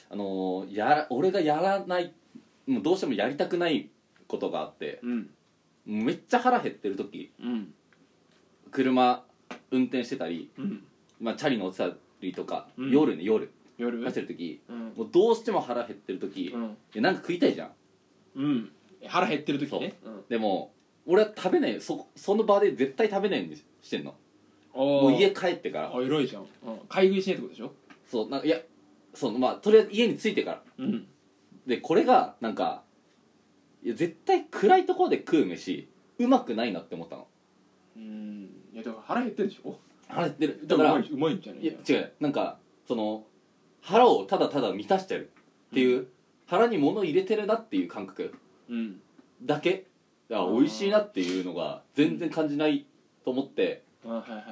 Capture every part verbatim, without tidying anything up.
あのー、やら俺がやらないもうどうしてもやりたくないことがあって、 うん、 めっちゃ腹減ってる時、 うん、 車運転してたり、 うん、 まあ、チャリ乗ってたりとか、 うん、 夜ね夜夜走ってる時、 うん、 もうどうしても腹減ってる時、 うん、 でなんか食いたいじゃん。 うん、腹減ってる時ね。 そう、うん、でも俺は食べない、そその場で絶対食べないようにしてんの。もう家帰ってから。 あ、偉いじゃん、うん、買い食いしないってことでしょ。 そうなんかいやそうまあとりあえず家に着いてから、 うん、 でこれがなんかいや絶対暗いところで食う飯うまくないなって思ったの。 うん、いやだから腹減ってるでしょ。 腹減ってるだからうまいうまいんじゃない。 いや違う、なんかその腹をただただ満たしてるっていう、うん、腹に物を入れてるなっていう感覚だけ、うん、だから美味しいなっていうのが全然感じないと思って、 あ、はいはい、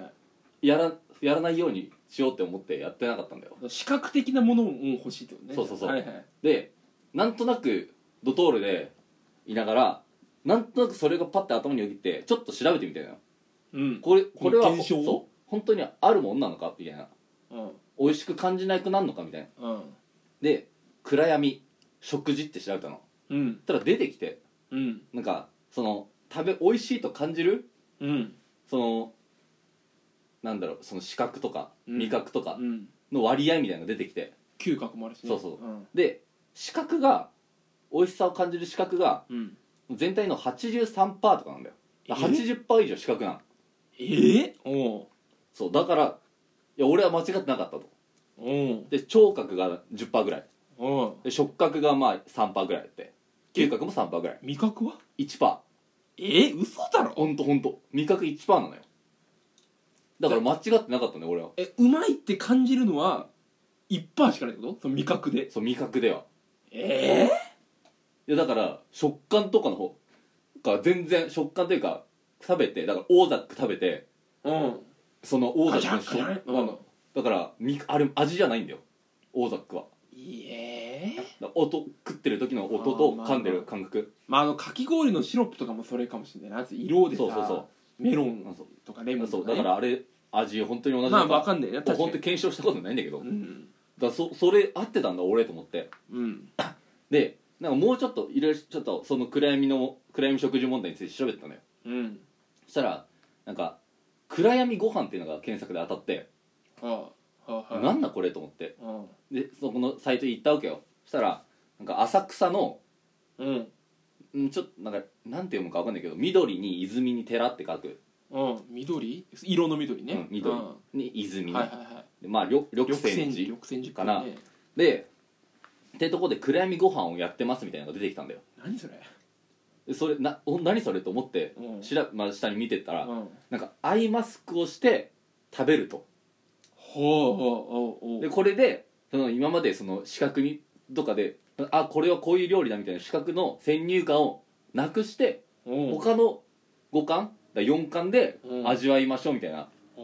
やらやらないようにしようって思ってやってなかったんだよ。 視覚的なものも欲しいってことね。 そうそうそう、 はいはい、 でなんとなくドトールでいながらなんとなくそれがパッて頭によぎってちょっと調べてみたいな、 うん、 これこれは現象そう本当にあるもんなのかみたいな、うん、美味しく感じなくなるのかみたいな、うん、で暗闇食事って調べたの、うん、ただ出てきて、うん、なんかその食べ美味しいと感じる、うん、そのなんだろうその視覚とか味覚とかの割合みたいなのが出てきて、 嗅覚もあるしね。 そうそう、うん、で視覚が美味しさを感じる視覚が、うん、全体の はちじゅうさんパーセント とかなんだよ。はちじゅっパーセント 以上視覚なの。 えー、おうそうだからいや俺は間違ってなかったと。おで聴覚が じゅっパーセント ぐらい、おで触覚がまあ さんパーセント ぐらいあって、嗅覚も さんパーセント ぐらい、 味覚はいちパーセント。 えー、嘘だろ。 ほんとほんと味覚 いちパーセント なのよ。だから間違ってなかったね俺は。 えうまいって感じるのは いちパーセント しかないってこと？その味覚で。 そう味覚では。 ええー、いやだから食感とかの方が全然食感というか食べてだからオーザック食べて、うん、そのオーザックの食感、うん、だからあれ味じゃないんだよオーザックは。いえー、音食ってる時の音と噛んでる感覚。 まあ、まあ、あのかき氷のシロップとかもそれかもしれないな。色でさ、そうそうそうメロンとかレモンとか、ね、 そうだからあれ味本当に同じだから、まあ、分かんないね。 本当に検証したことないんだけど、うん、だから そ, それ合ってたんだ俺と思って、うん、でなんかもうちょっといろいろちょっとその暗闇の暗闇食事問題について調べてたのよ、うん、そしたらなんか暗闇ご飯っていうのが検索で当たって、はあはあはあ、なんだこれと思って、はあ、でそこのサイトに行ったわけよ。そしたらなんか浅草の、うん、ちょっとなんかなんて読むか分かんないけど緑に泉に寺って書く、 うん、緑色の緑ね、うん、 緑に泉ね、 はいはいはい、 まあ緑泉寺かな、ね、でってとこで暗闇ご飯をやってますみたいなのが出てきたんだよ。 何それそれな何それと思って、うん、しら、まあ、下に見てったら、うん、なんかアイマスクをして食べると。ほうほうほうほう。でこれでその今までその視覚にとかであこれはこういう料理だみたいな視覚の先入観をなくして、うん、他の五感だよん感で味わいましょうみたいな、うん、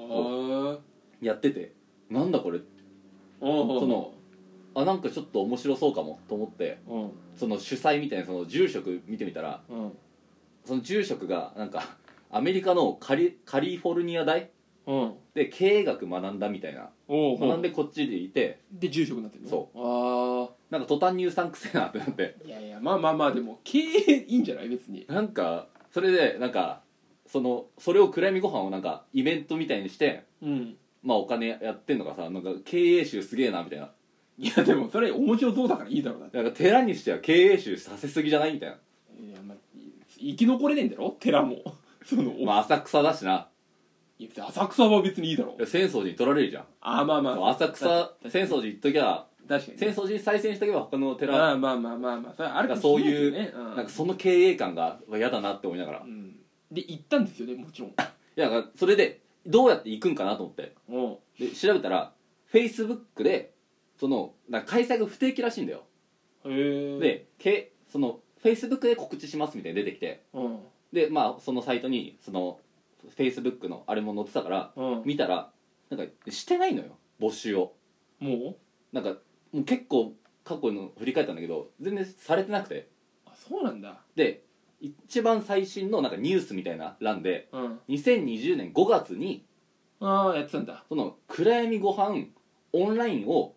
やっててなんだこれ、そのあなんかちょっと面白そうかもと思って、うん、その主催みたいなその住職見てみたら、うん、その住職がなんかアメリカのカリ、カリフォルニア大、うん、で経営学学んだみたいな、学んでこっちでいてで住職になってるの。 そうあなんか途端にうさんくせえなってなって、 いやいやまあまあまあでも経営いいんじゃない別に。 なんかそれでなんかそのそれを暗闇ご飯をなんかイベントみたいにして、うん、まあお金やってんのかさなんか経営集すげえなみたいな。 いやでもそれ面白そうだからいいだろうな。 なんか寺にしては経営集させすぎじゃないみたいな。 いやまあ生き残れねえんだろ寺もそのまあ浅草だしな。 いや浅草は別にいいだろ。 浅草寺に取られるじゃん。 あまあまあ浅草浅草寺行っときゃ確かに、ね、浅草寺に再選しとけば他の寺あまあまあまあまあそれあるかもしれないけどね。 そういう、うん、なんかその経営感が嫌だなって思いながら、うん、 で行ったんですよねもちろん。いやだからそれでどうやって行くんかなと思って、うん、で調べたら Facebook でそのなんか開催が不定期らしいんだよ。へでけその Facebook で告知しますみたいに出てきて、うん、でまあそのサイトにその Facebook のあれも載ってたから、うん、見たらなんかしてないのよ募集を。もうなんかもう結構過去の振り返ったんだけど全然されてなくて。 あそうなんだ。 で一番最新のなんかニュースみたいな欄で、うん、にせんにじゅうねんごがつにああやってたんだ。 その暗闇ご飯オンラインを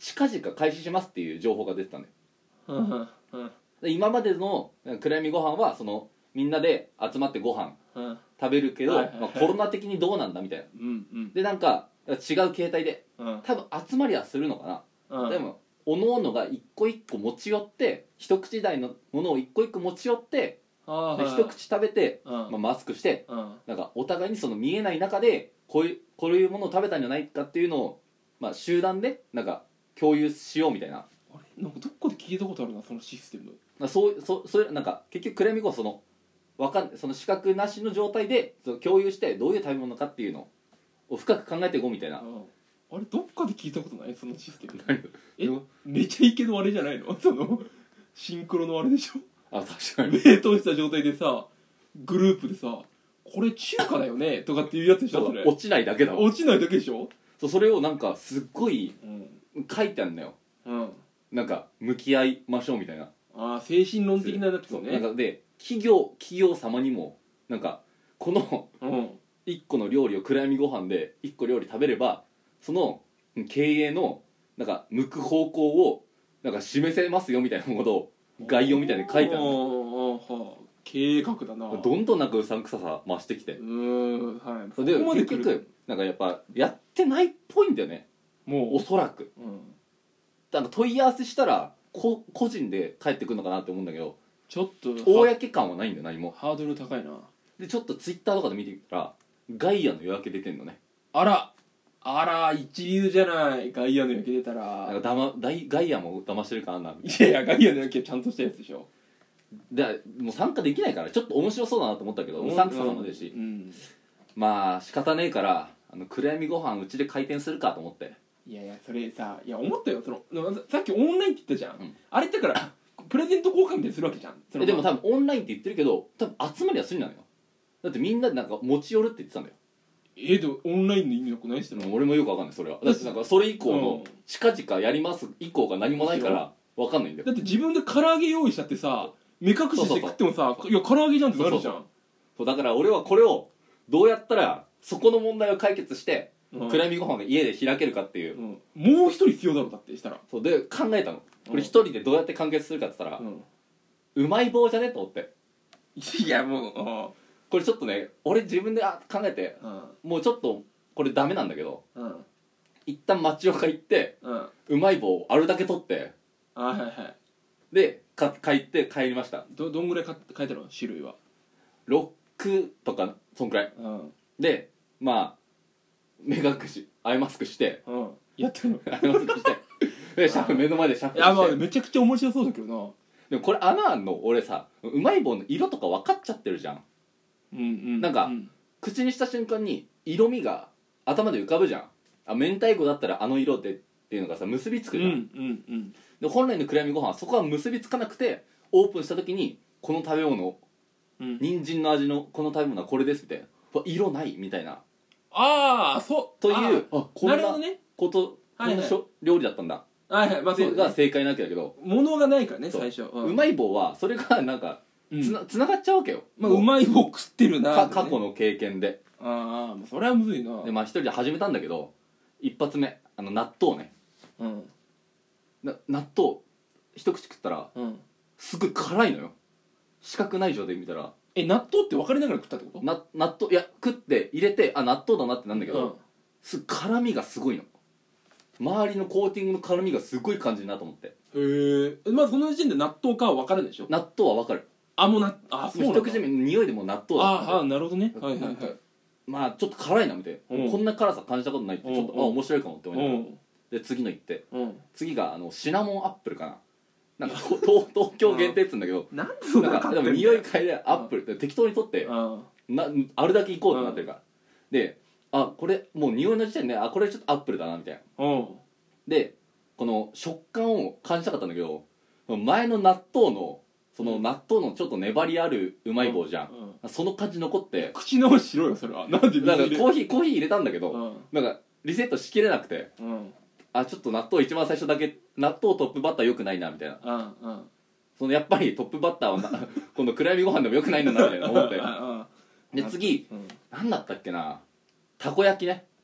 近々開始しますっていう情報が出てたんだよ。 うんうんうん、 で今までの暗闇ご飯はそのみんなで集まってご飯食べるけど、はいはいはい、まあ、コロナ的にどうなんだみたいな、うんうん、でなんか違う形態で、うん、多分集まりはするのかな、うん、でもおのおのが一個一個持ち寄って一口大のものを一個一個持ち寄ってで一口食べて、うん、まあ、マスクして、うん、なんかお互いにその見えない中でこういう、こういうものを食べたんじゃないかっていうのを、まあ、集団でなんか共有しようみたいな。 あれなんかどっかで聞いたことあるなそのシステム。 そうそうそれなんか結局暗闇ごはそのわかんその視覚なしの状態でその共有してどういう食べ物かっていうのを深く考えていこうみたいな。ああれどっかで聞いたことないそのシステム。えめちゃイケのあれじゃないのそのシンクロのあれでしょ。あ確かに冷凍した状態でさグループでさこれ中華だよねとかっていうやつでしょ。それ落ちないだけだ落ちないだけでしょ。 そうそれをなんかすっごい書いてあるんだよ、うん、なんか向き合いましょうみたいな。 ああ精神論的なやつね。 なんかで企業企業様にもなんかこの、うん、いっこの料理を暗闇ご飯でいっこ料理食べればその経営のなんか向く方向をなんか示せますよみたいなことを概要みたいに書いてあるの。 経営学だな。 どんどんなんかうさんくささ増してきて、うーん、はい、で結局なんかやっぱやってないっぽいんだよねもうおそらく、うん、なんか問い合わせしたらこ個人で帰ってくるのかなって思うんだけどちょっと公感はないんだよ何も。 ハードル高いな。 でちょっとツイッターとかで見てみたらガイアの夜明け出てんのね。 あらあら一流じゃないガイアの夜明け出たら。 なんかだ、ま、だいガイアも騙してるかなみたいな。いやいやガイアの夜明けちゃんとしたやつでしょ。 でもう参加できないからちょっと面白そうだなと思ったけどうさんくささも出るし、うんうん、まあ仕方ねえからあの暗闇ご飯うちで開店するかと思って。 いやいやそれさいや思ったよそのさっきオンラインって言ったじゃん、うん、あれってからプレゼント交換みたいにするわけじゃん。 それでも多分オンラインって言ってるけど多分集まりはするんじゃないの。だってみんなでなんか持ち寄るって言ってたんだよ。 えでもオンラインの意味なくないっすよ。 俺もよくわかんないそれは。だってなんかそれ以降の近々やります以降が何もないからわかんないんだよ。 だって自分で唐揚げ用意しちゃってさ目隠しして食ってもさいや唐揚げじゃんってなるじゃん。そうそうそうそうだから俺はこれをどうやったらそこの問題を解決して、うん、暗闇ご飯が家で開けるかっていう、うん、 もう一人必要だろだってしたら。 そうで考えたのこれ一人でどうやって完結するかって言ったら、うん、うまい棒じゃねと思って。 いやもうこれちょっとね俺自分で考えて、うん、もうちょっとこれダメなんだけど、うん、一旦町岡行って、うん、うまい棒をあるだけ取ってあはいはいでか帰って帰りました。 ど, どんぐらい買ってたの種類は。 ろくとかそんくらい、うん、でまあ目隠しアイマスクして、うん、 やってるのアイマスクしてでシャッフ目の前でシャッフして。いやまあめちゃくちゃ面白そうだけどな。 でもこれ穴あんの俺さうまい棒の色とか分かっちゃってるじゃん、うんうん、なんか、うん、口にした瞬間に色味が頭で浮かぶじゃん。あ明太子だったらあの色でっていうのがさ結びつくじゃん、うんうんうん、で本来の暗闇ご飯はそこは結びつかなくてオープンした時にこの食べ物、うん、人参の味のこの食べ物はこれですみたいな色ないみたいなああそうというあこんなこと、はいはい、こんな料理だったんだはいはいまあそう、 ね、が正解なわけだけど物がないからね最初、 うん、うまい棒はそれがなんかつ な,、うん、つながっちゃうわけよ、 まあ、うまい棒食ってるな、 ね、過去の経験で。 ああそれはむずいな。 でまあ一人で始めたんだけど一発目あの納豆ね、うん、な納豆一口食ったら、うん、すごい辛いのよ。四角ない状態で見たらえ納豆って分かりながら食ったってこと。 な納豆いや食って入れてあ納豆だなってなんだけど、うん、す辛みがすごいの。周りのコーティングの辛みがすごい感じるなと思って。へえまあその時点で納豆かは分かるでしょ。 納豆は分かる。 あもうなあそうなんだ。 一口目の匂いでも納豆だった。ああなるほどね。はいはいはい。 まあちょっと辛いなみたいな、うん、こんな辛さ感じたことないってちょっと、うん、あ面白いかもって思いながら、うん、で次の行って、うん、次があのシナモンアップルかな。なんか東, 東京限定っつうんだけどなんでそんなかでも匂い嗅いでアップルって適当に取ってなあるだけいこうとなってるからであこれもう匂いの時点であこれちょっとアップルだなみたいなでこの食感を感じたかったんだけど前の納豆のその納豆のちょっと粘りあるうまい棒じゃん、うんうん、その感じ残って口直ししろよそれは。なんでなんかコーヒーコーヒー入れたんだけど、うん、なんかリセットしきれなくて、うん、あちょっと納豆一番最初だけ納豆トップバッター良くないなみたいな、うんうん、そのやっぱりトップバッターはなこの暗闇ご飯でも良くないんだなみたいな思ってで次、うん、何だったっけなたこ焼きね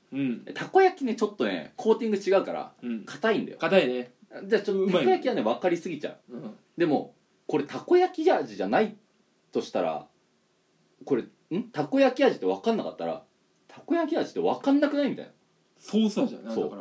うん、 たこ焼きねちょっとねコーティング違うから硬、うん、いんだよ。 硬いね。 じゃあちょっとたこ焼きはね分かりすぎちゃう、うん、でもこれたこ焼き味じゃないとしたらこれんたこ焼き味って分かんなかったらたこ焼き味って分かんなくないみたいな。 ソース味じゃないだから。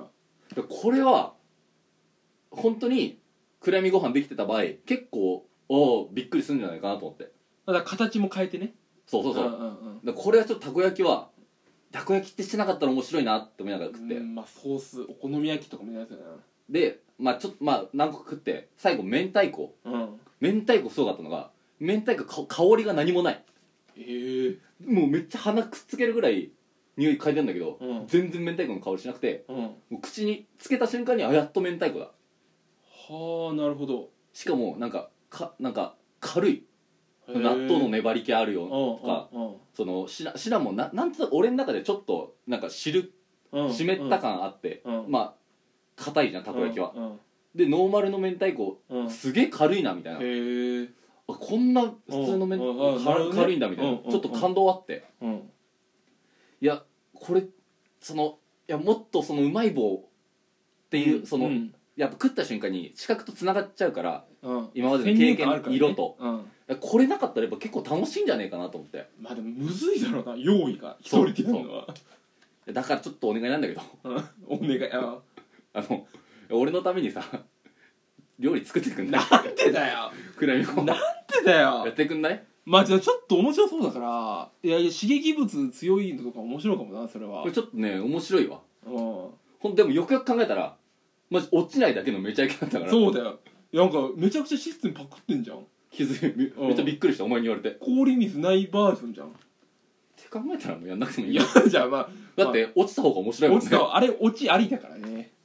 これは本当に暗闇ご飯できてた場合結構おおびっくりするんじゃないかなと思って。 だから形も変えてね。 そうそうそう、うんうんうん、だこれはちょっとたこ焼きはたこ焼きってしてなかったら面白いなって思いながら食って、 まあソースお好み焼きとかもいないですよね。 でまあちょっとまあ何個か食って最後明太子、うん、明太子すごかったのが明太子か香りが何もない。 えー、 もうめっちゃ鼻くっつけるぐらい匂い嗅いでんだけど、うん、全然明太子の香りしなくて、うん、もう口につけた瞬間にあやっと明太子だ。 はあなるほど。 しかもなんかかなんか軽い納豆の粘り気あるよとか、そのシナシナモンななんとなく俺の中でちょっとなんか汁湿った感あって、まあ硬いじゃんたこ焼きは。でノーマルの明太子すげえ軽いなみたいな。へこんな普通の明太子軽いんだみたいなちょっと感動あって、いやこれそのいやもっとそのうまい棒っていうそのやっぱ食った瞬間に視覚とつながっちゃうから、今までの経験色と。これなかったらやっぱ結構楽しいんじゃねえかなと思って。 まあでもむずいだろうな用意が一人でやるのは。 だからちょっとお願いなんだけどお願いああの俺のためにさ料理作ってくんない？ なんでだよ暗闇をなんでだよやってくんない？ まあじゃあちょっと面白そうだからいやいや刺激物強いのとか面白いかもなそれは。 これちょっとね面白いわ。うんほんでもよくよく考えたらマジ落ちないだけのめちゃイケだったから。 そうだよなんかめちゃくちゃシステムパクってんじゃん。 気づいめっちゃびっくりしたお前に言われて。 氷水ないバージョンじゃんって考えたらもうやんなくてもいい。いやじゃあまあだって落ちた方が面白いもんね。 落ちたあれ落ちありだからね。